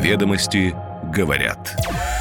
Ведомости говорят.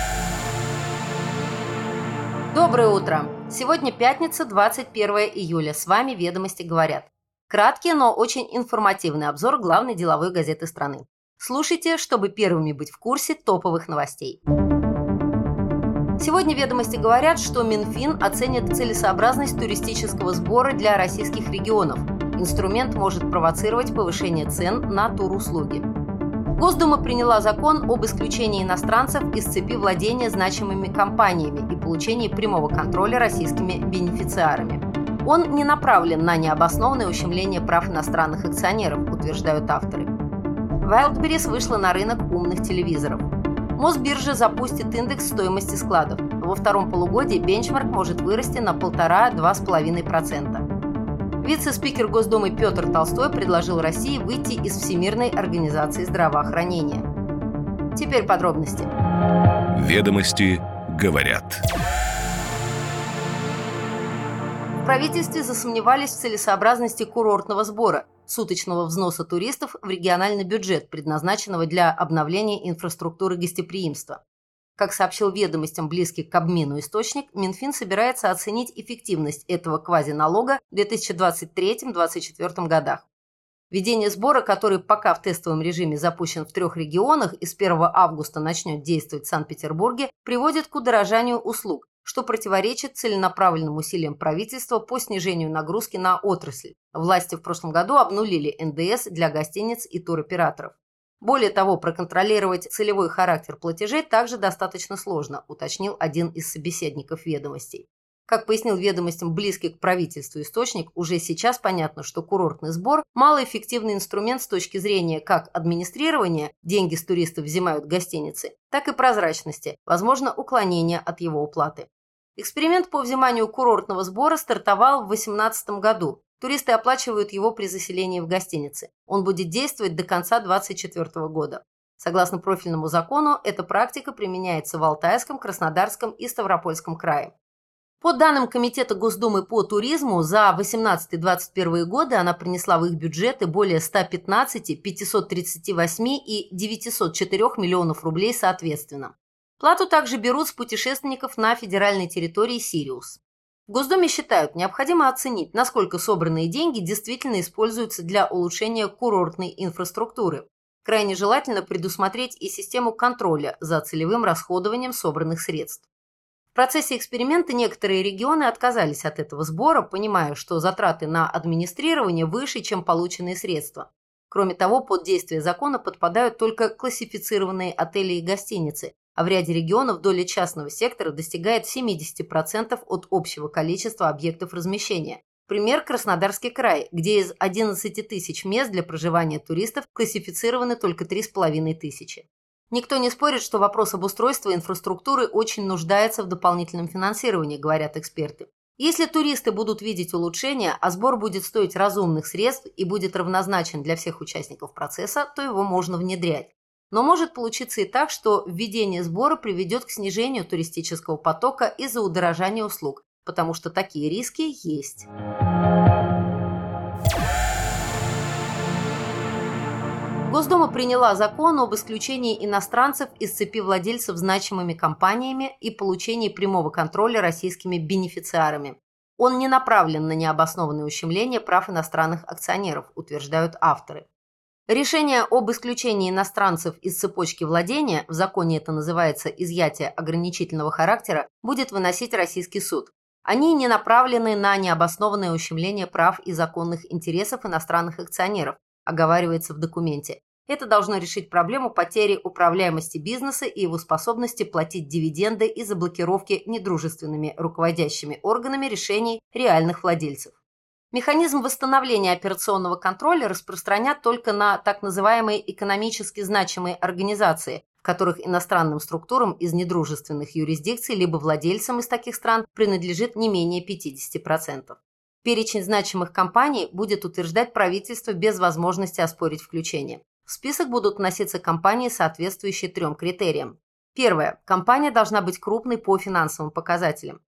Доброе утро! Сегодня пятница, 21 июля. С вами «Ведомости говорят». Краткий, но очень информативный обзор главной деловой газеты страны. Слушайте, чтобы первыми быть в курсе топовых новостей. Сегодня «Ведомости говорят», что Минфин оценит целесообразность туристического сбора для российских регионов. Инструмент может провоцировать повышение цен на туруслуги. Госдума приняла закон об исключении иностранцев из цепи владения значимыми компаниями и получении прямого контроля российскими бенефициарами. Он не направлен на необоснованное ущемление прав иностранных акционеров, утверждают авторы. Wildberries вышла на рынок умных телевизоров. Мосбиржа запустит индекс стоимости складов. Во втором полугодии бенчмарк может вырасти на 1,5–2,5%. Вице-спикер Госдумы Петр Толстой предложил России выйти из Всемирной организации здравоохранения. Теперь подробности. Ведомости говорят. В правительстве засомневались в целесообразности курортного сбора, суточного взноса туристов в региональный бюджет, предназначенного для обновления инфраструктуры гостеприимства. Как сообщил «Ведомостям» близкий к Кабмину источник, Минфин собирается оценить эффективность этого квазиналога в 2023-2024 годах. Введение сбора, который пока в тестовом режиме запущен в 3 регионах и с 1 августа начнет действовать в Санкт-Петербурге, приводит к удорожанию услуг, что противоречит целенаправленным усилиям правительства по снижению нагрузки на отрасль. Власти в прошлом году обнулили НДС для гостиниц и туроператоров. Более того, проконтролировать целевой характер платежей также достаточно сложно, уточнил один из собеседников «Ведомостей». Как пояснил «Ведомостям» близкий к правительству источник, уже сейчас понятно, что курортный сбор – малоэффективный инструмент с точки зрения как администрирования, деньги с туристов взимают гостиницы, так и прозрачности, возможно уклонение от его уплаты. Эксперимент по взиманию курортного сбора стартовал в 2018 году. Туристы оплачивают его при заселении в гостинице. Он будет действовать до конца 2024 года. Согласно профильному закону, эта практика применяется в Алтайском, Краснодарском и Ставропольском крае. По данным Комитета Госдумы по туризму, за 2018-2021 годы она принесла в их бюджеты более 115, 538 и 904 миллионов рублей соответственно. Плату также берут с путешественников на федеральной территории Сириус. В Госдуме считают, необходимо оценить, насколько собранные деньги действительно используются для улучшения курортной инфраструктуры. Крайне желательно предусмотреть и систему контроля за целевым расходованием собранных средств. В процессе эксперимента некоторые регионы отказались от этого сбора, понимая, что затраты на администрирование выше, чем полученные средства. Кроме того, под действие закона подпадают только классифицированные отели и гостиницы, а в ряде регионов доля частного сектора достигает 70% от общего количества объектов размещения. Пример – Краснодарский край, где из 11 тысяч мест для проживания туристов классифицированы только 3,5 тысячи. Никто не спорит, что вопрос обустройства инфраструктуры очень нуждается в дополнительном финансировании, говорят эксперты. Если туристы будут видеть улучшения, а сбор будет стоить разумных средств и будет равнозначен для всех участников процесса, то его можно внедрять. Но может получиться и так, что введение сбора приведет к снижению туристического потока из-за удорожания услуг, потому что такие риски есть. Госдума приняла закон об исключении иностранцев из цепи владельцев значимыми компаниями и получении прямого контроля российскими бенефициарами. Он не направлен на необоснованное ущемление прав иностранных акционеров, утверждают авторы. Решение об исключении иностранцев из цепочки владения, в законе это называется изъятие ограничительного характера, будет выносить российский суд. Они не направлены на необоснованное ущемление прав и законных интересов иностранных акционеров, оговаривается в документе. Это должно решить проблему потери управляемости бизнеса и его способности платить дивиденды из-за блокировки недружественными руководящими органами решений реальных владельцев. Механизм восстановления операционного контроля распространят только на так называемые экономически значимые организации, в которых иностранным структурам из недружественных юрисдикций либо владельцам из таких стран принадлежит не менее 50%. Перечень значимых компаний будет утверждать правительство без возможности оспорить включение. В список будут вноситься компании, соответствующие 3 критериям. Первое. Компания должна быть крупной по финансовым показателям.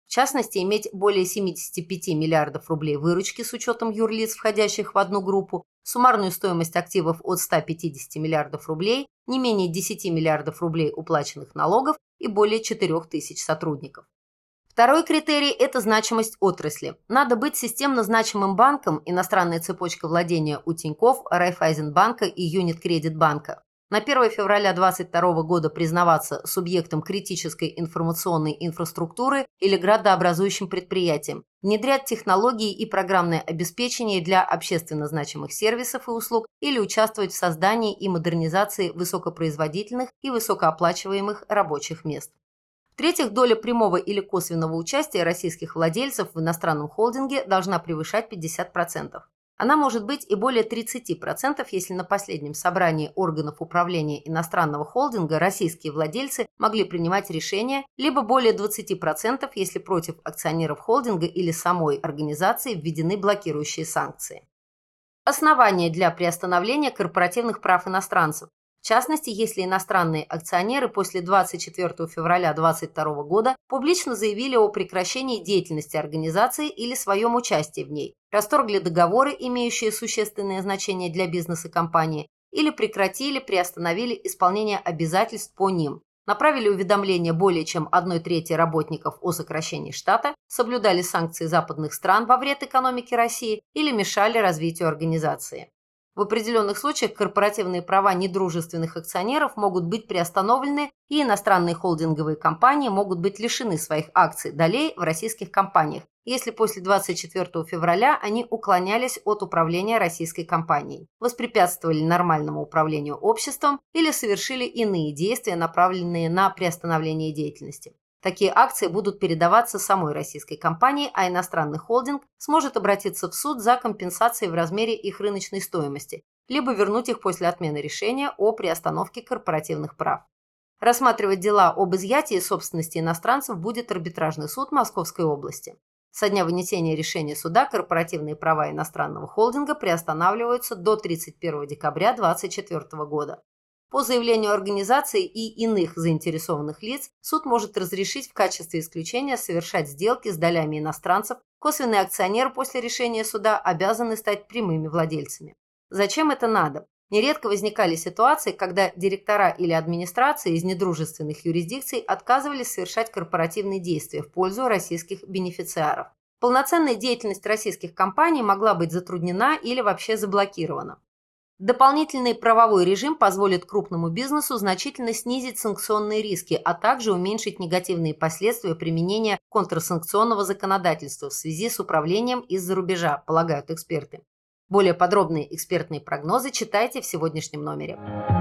В частности, иметь более 75 миллиардов рублей выручки с учетом юрлиц, входящих в одну группу, суммарную стоимость активов от 150 миллиардов рублей, не менее 10 миллиардов рублей уплаченных налогов и более 4000 сотрудников. Второй критерий – это значимость отрасли. Надо быть системно значимым банком, иностранная цепочка владения у Тинькофф, Райффайзенбанка и Юникредит-банка. На 1 февраля 2022 года признаваться субъектом критической информационной инфраструктуры или градообразующим предприятием, внедрять технологии и программное обеспечение для общественно значимых сервисов и услуг или участвовать в создании и модернизации высокопроизводительных и высокооплачиваемых рабочих мест. В-третьих, доля прямого или косвенного участия российских владельцев в иностранном холдинге должна превышать 50%. Она может быть и более 30%, если на последнем собрании органов управления иностранного холдинга российские владельцы могли принимать решения, либо более 20%, если против акционеров холдинга или самой организации введены блокирующие санкции. Основания для приостановления корпоративных прав иностранцев. В частности, если иностранные акционеры после 24 февраля 2022 года публично заявили о прекращении деятельности организации или своем участии в ней, расторгли договоры, имеющие существенное значение для бизнеса компании, или прекратили, приостановили исполнение обязательств по ним, направили уведомления более чем 1/3 работников о сокращении штата, соблюдали санкции западных стран во вред экономике России или мешали развитию организации. В определенных случаях корпоративные права недружественных акционеров могут быть приостановлены, и иностранные холдинговые компании могут быть лишены своих акций долей в российских компаниях, если после 24 февраля они уклонялись от управления российской компанией, воспрепятствовали нормальному управлению обществом или совершили иные действия, направленные на приостановление деятельности. Такие акции будут передаваться самой российской компании, а иностранный холдинг сможет обратиться в суд за компенсацией в размере их рыночной стоимости, либо вернуть их после отмены решения о приостановке корпоративных прав. Рассматривать дела об изъятии собственности иностранцев будет арбитражный суд Московской области. Со дня вынесения решения суда корпоративные права иностранного холдинга приостанавливаются до 31 декабря 2024 года. По заявлению организации и иных заинтересованных лиц суд может разрешить в качестве исключения совершать сделки с долями иностранцев, косвенные акционеры после решения суда обязаны стать прямыми владельцами. Зачем это надо? Нередко возникали ситуации, когда директора или администрации из недружественных юрисдикций отказывались совершать корпоративные действия в пользу российских бенефициаров. Полноценная деятельность российских компаний могла быть затруднена или вообще заблокирована. Дополнительный правовой режим позволит крупному бизнесу значительно снизить санкционные риски, а также уменьшить негативные последствия применения контрсанкционного законодательства в связи с управлением из-за рубежа, полагают эксперты. Более подробные экспертные прогнозы читайте в сегодняшнем номере.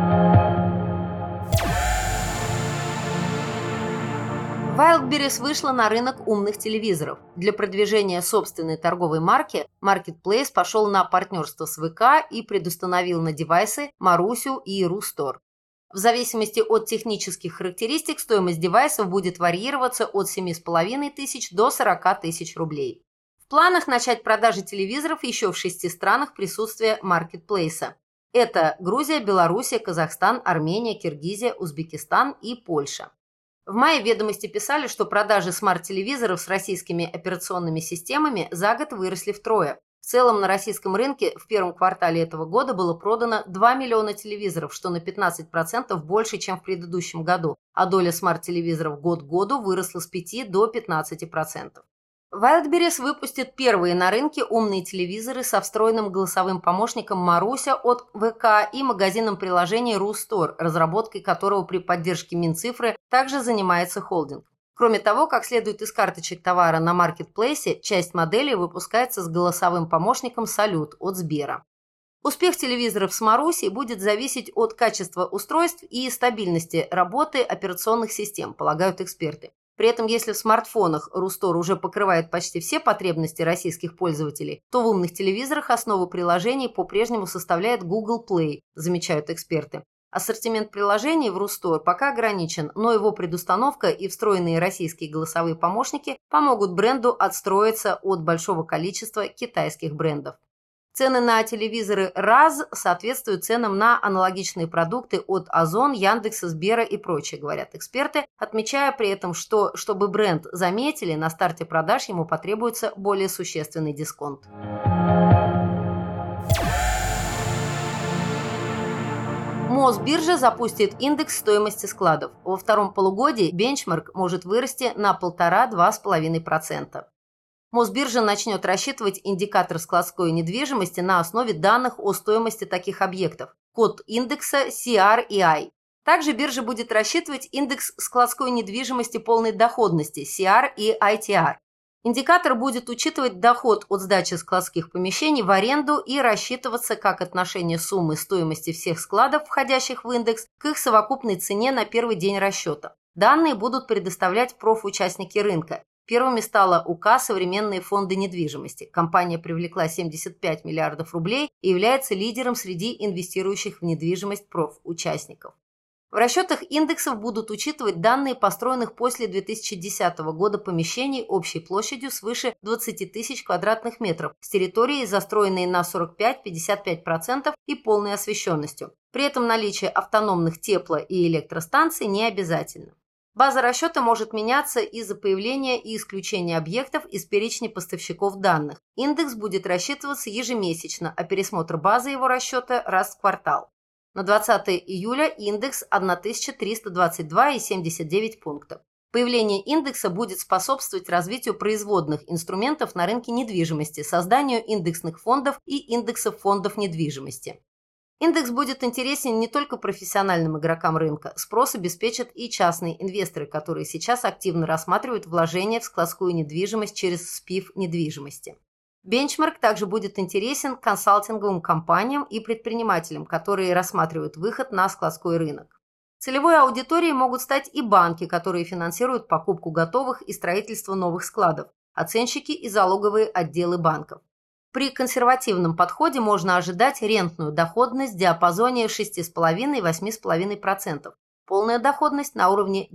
Wildberries вышла на рынок умных телевизоров. Для продвижения собственной торговой марки Marketplace пошел на партнерство с ВК и предустановил на девайсы Марусю и Рустор. В зависимости от технических характеристик стоимость девайсов будет варьироваться от 7,5 тысяч до 40 тысяч рублей. В планах начать продажи телевизоров еще в 6 странах присутствия Marketplace. Это Грузия, Белоруссия, Казахстан, Армения, Киргизия, Узбекистан и Польша. В мае «Ведомости» писали, что продажи смарт-телевизоров с российскими операционными системами за год выросли втрое. В целом на российском рынке в первом квартале этого года было продано 2 миллиона телевизоров, что на 15% больше, чем в предыдущем году, а доля смарт-телевизоров год к году выросла с 5 до 15%. Wildberries выпустит первые на рынке умные телевизоры со встроенным голосовым помощником Маруся от ВК и магазином приложений Рустор, разработкой которого при поддержке Минцифры также занимается холдинг. Кроме того, как следует из карточек товара на маркетплейсе, часть моделей выпускается с голосовым помощником Салют от Сбера. Успех телевизоров с Марусей будет зависеть от качества устройств и стабильности работы операционных систем, полагают эксперты. При этом, если в смартфонах Рустор уже покрывает почти все потребности российских пользователей, то в умных телевизорах основу приложений по-прежнему составляет Google Play, замечают эксперты. Ассортимент приложений в Рустор пока ограничен, но его предустановка и встроенные российские голосовые помощники помогут бренду отстроиться от большого количества китайских брендов. Цены на телевизоры РАЗ соответствуют ценам на аналогичные продукты от Озон, Яндекса, Сбера и прочее, говорят эксперты, отмечая при этом, что, чтобы бренд заметили, на старте продаж ему потребуется более существенный дисконт. Мосбиржа запустит индекс стоимости складов. Во втором полугодии бенчмарк может вырасти на 1,5–2,5%. Мосбиржа начнет рассчитывать индикатор складской недвижимости на основе данных о стоимости таких объектов, код индекса CR/EI. Также биржа будет рассчитывать индекс складской недвижимости полной доходности CR и ITR. Индикатор будет учитывать доход от сдачи складских помещений в аренду и рассчитываться как отношение суммы стоимости всех складов, входящих в индекс, к их совокупной цене на первый день расчета. Данные будут предоставлять профучастники рынка. Первыми стала УК «Современные фонды недвижимости». Компания привлекла 75 миллиардов рублей и является лидером среди инвестирующих в недвижимость профучастников. В расчетах индексов будут учитывать данные построенных после 2010 года помещений общей площадью свыше 20 тысяч квадратных метров с территорией, застроенной на 45–55% и полной освещенностью. При этом наличие автономных тепло- и электростанций не обязательно. База расчета может меняться из-за появления и исключения объектов из перечня поставщиков данных. Индекс будет рассчитываться ежемесячно, а пересмотр базы его расчета раз в квартал. На 20 июля индекс 1322,79 пунктов. Появление индекса будет способствовать развитию производных инструментов на рынке недвижимости, созданию индексных фондов и индексов фондов недвижимости. Индекс будет интересен не только профессиональным игрокам рынка, спрос обеспечат и частные инвесторы, которые сейчас активно рассматривают вложения в складскую недвижимость через СПИФ недвижимости. Бенчмарк также будет интересен консалтинговым компаниям и предпринимателям, которые рассматривают выход на складской рынок. Целевой аудиторией могут стать и банки, которые финансируют покупку готовых и строительство новых складов, оценщики и залоговые отделы банков. При консервативном подходе можно ожидать рентную доходность в диапазоне 6,5–8,5%. Полная доходность на уровне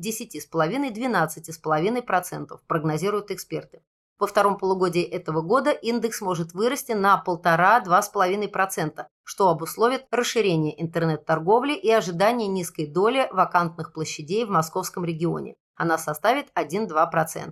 10,5–12,5%, прогнозируют эксперты. Во втором полугодии этого года индекс может вырасти на 1,5–2,5%, что обусловит расширение интернет-торговли и ожидание низкой доли вакантных площадей в московском регионе. Она составит 1–2%.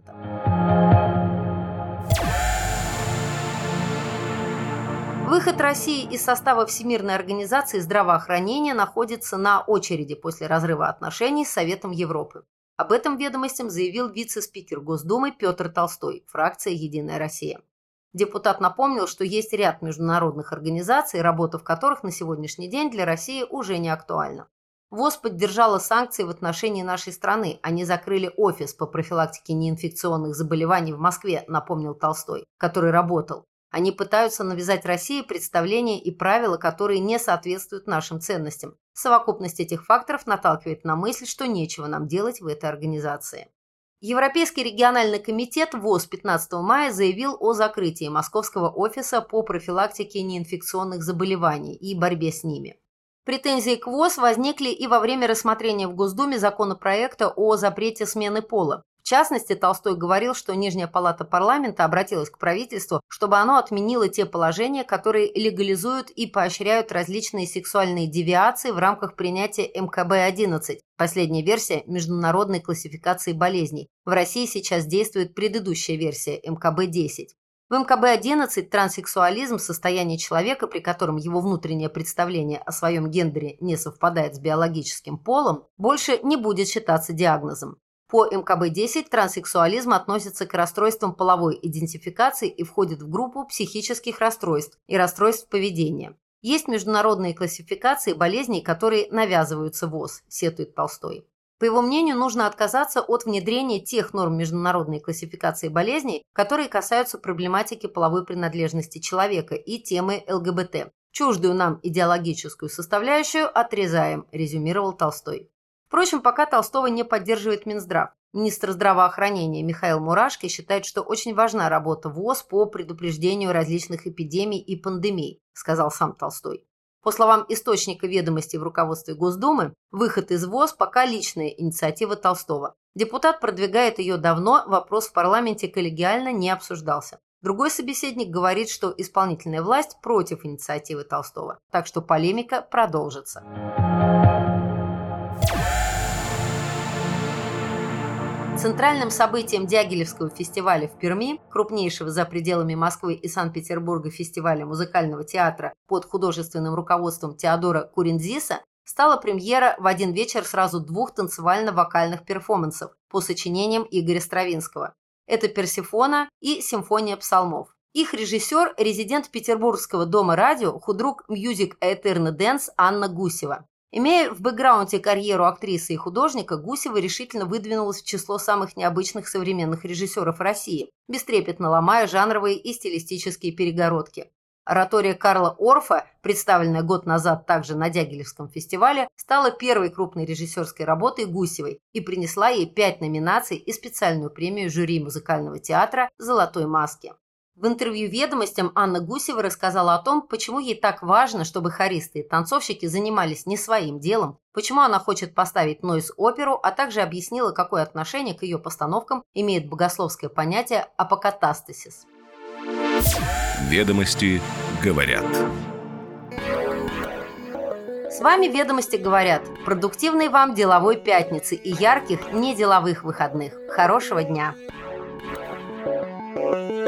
Выход России из состава Всемирной организации здравоохранения находится на очереди после разрыва отношений с Советом Европы. Об этом ведомостям заявил вице-спикер Госдумы Петр Толстой, фракция «Единая Россия». Депутат напомнил, что есть ряд международных организаций, работа в которых на сегодняшний день для России уже не актуальна. ВОЗ поддержала санкции в отношении нашей страны. Они закрыли офис по профилактике неинфекционных заболеваний в Москве, напомнил Толстой, который работал. Они пытаются навязать России представления и правила, которые не соответствуют нашим ценностям. Совокупность этих факторов наталкивает на мысль, что нечего нам делать в этой организации. Европейский региональный комитет ВОЗ 15 мая заявил о закрытии московского офиса по профилактике неинфекционных заболеваний и борьбе с ними. Претензии к ВОЗ возникли и во время рассмотрения в Госдуме законопроекта о запрете смены пола. В частности, Толстой говорил, что Нижняя палата парламента обратилась к правительству, чтобы оно отменило те положения, которые легализуют и поощряют различные сексуальные девиации в рамках принятия МКБ-11, последняя версия международной классификации болезней. В России сейчас действует предыдущая версия МКБ-10. В МКБ-11 транссексуализм – состояние человека, при котором его внутреннее представление о своем гендере не совпадает с биологическим полом, больше не будет считаться диагнозом. По МКБ-10 транссексуализм относится к расстройствам половой идентификации и входит в группу психических расстройств и расстройств поведения. Есть международные классификации болезней, которые навязываются ВОЗ, сетует Толстой. По его мнению, нужно отказаться от внедрения тех норм международной классификации болезней, которые касаются проблематики половой принадлежности человека и темы ЛГБТ. Чуждую нам идеологическую составляющую отрезаем, резюмировал Толстой. Впрочем, пока Толстого не поддерживает Минздрав. Министр здравоохранения Михаил Мурашко считает, что очень важна работа ВОЗ по предупреждению различных эпидемий и пандемий, сказал сам Толстой. По словам источника ведомостей в руководстве Госдумы, выход из ВОЗ пока личная инициатива Толстого. Депутат продвигает ее давно, вопрос в парламенте коллегиально не обсуждался. Другой собеседник говорит, что исполнительная власть против инициативы Толстого, так что полемика продолжится. Центральным событием Дягилевского фестиваля в Перми, крупнейшего за пределами Москвы и Санкт-Петербурга фестиваля музыкального театра под художественным руководством Теодора Курензиса, стала премьера в один вечер сразу 2 танцевально-вокальных перформансов по сочинениям Игоря Стравинского. Это «Персефона» и «Симфония псалмов». Их режиссер – резидент Петербургского дома радио, худрук Music Aeterna Dance Анна Гусева. Имея в бэкграунде карьеру актрисы и художника, Гусева решительно выдвинулась в число самых необычных современных режиссеров России, бестрепетно ломая жанровые и стилистические перегородки. Оратория Карла Орфа, представленная год назад также на Дягилевском фестивале, стала первой крупной режиссерской работой Гусевой и принесла ей 5 номинаций и специальную премию жюри музыкального театра «Золотой маски». В интервью «Ведомостям» Анна Гусева рассказала о том, почему ей так важно, чтобы хористы и танцовщики занимались не своим делом, почему она хочет поставить нойз-оперу, а также объяснила, какое отношение к ее постановкам имеет богословское понятие апокатастасис. Ведомости говорят. С вами «Ведомости говорят». Продуктивной вам деловой пятницы и ярких неделовых выходных. Хорошего дня!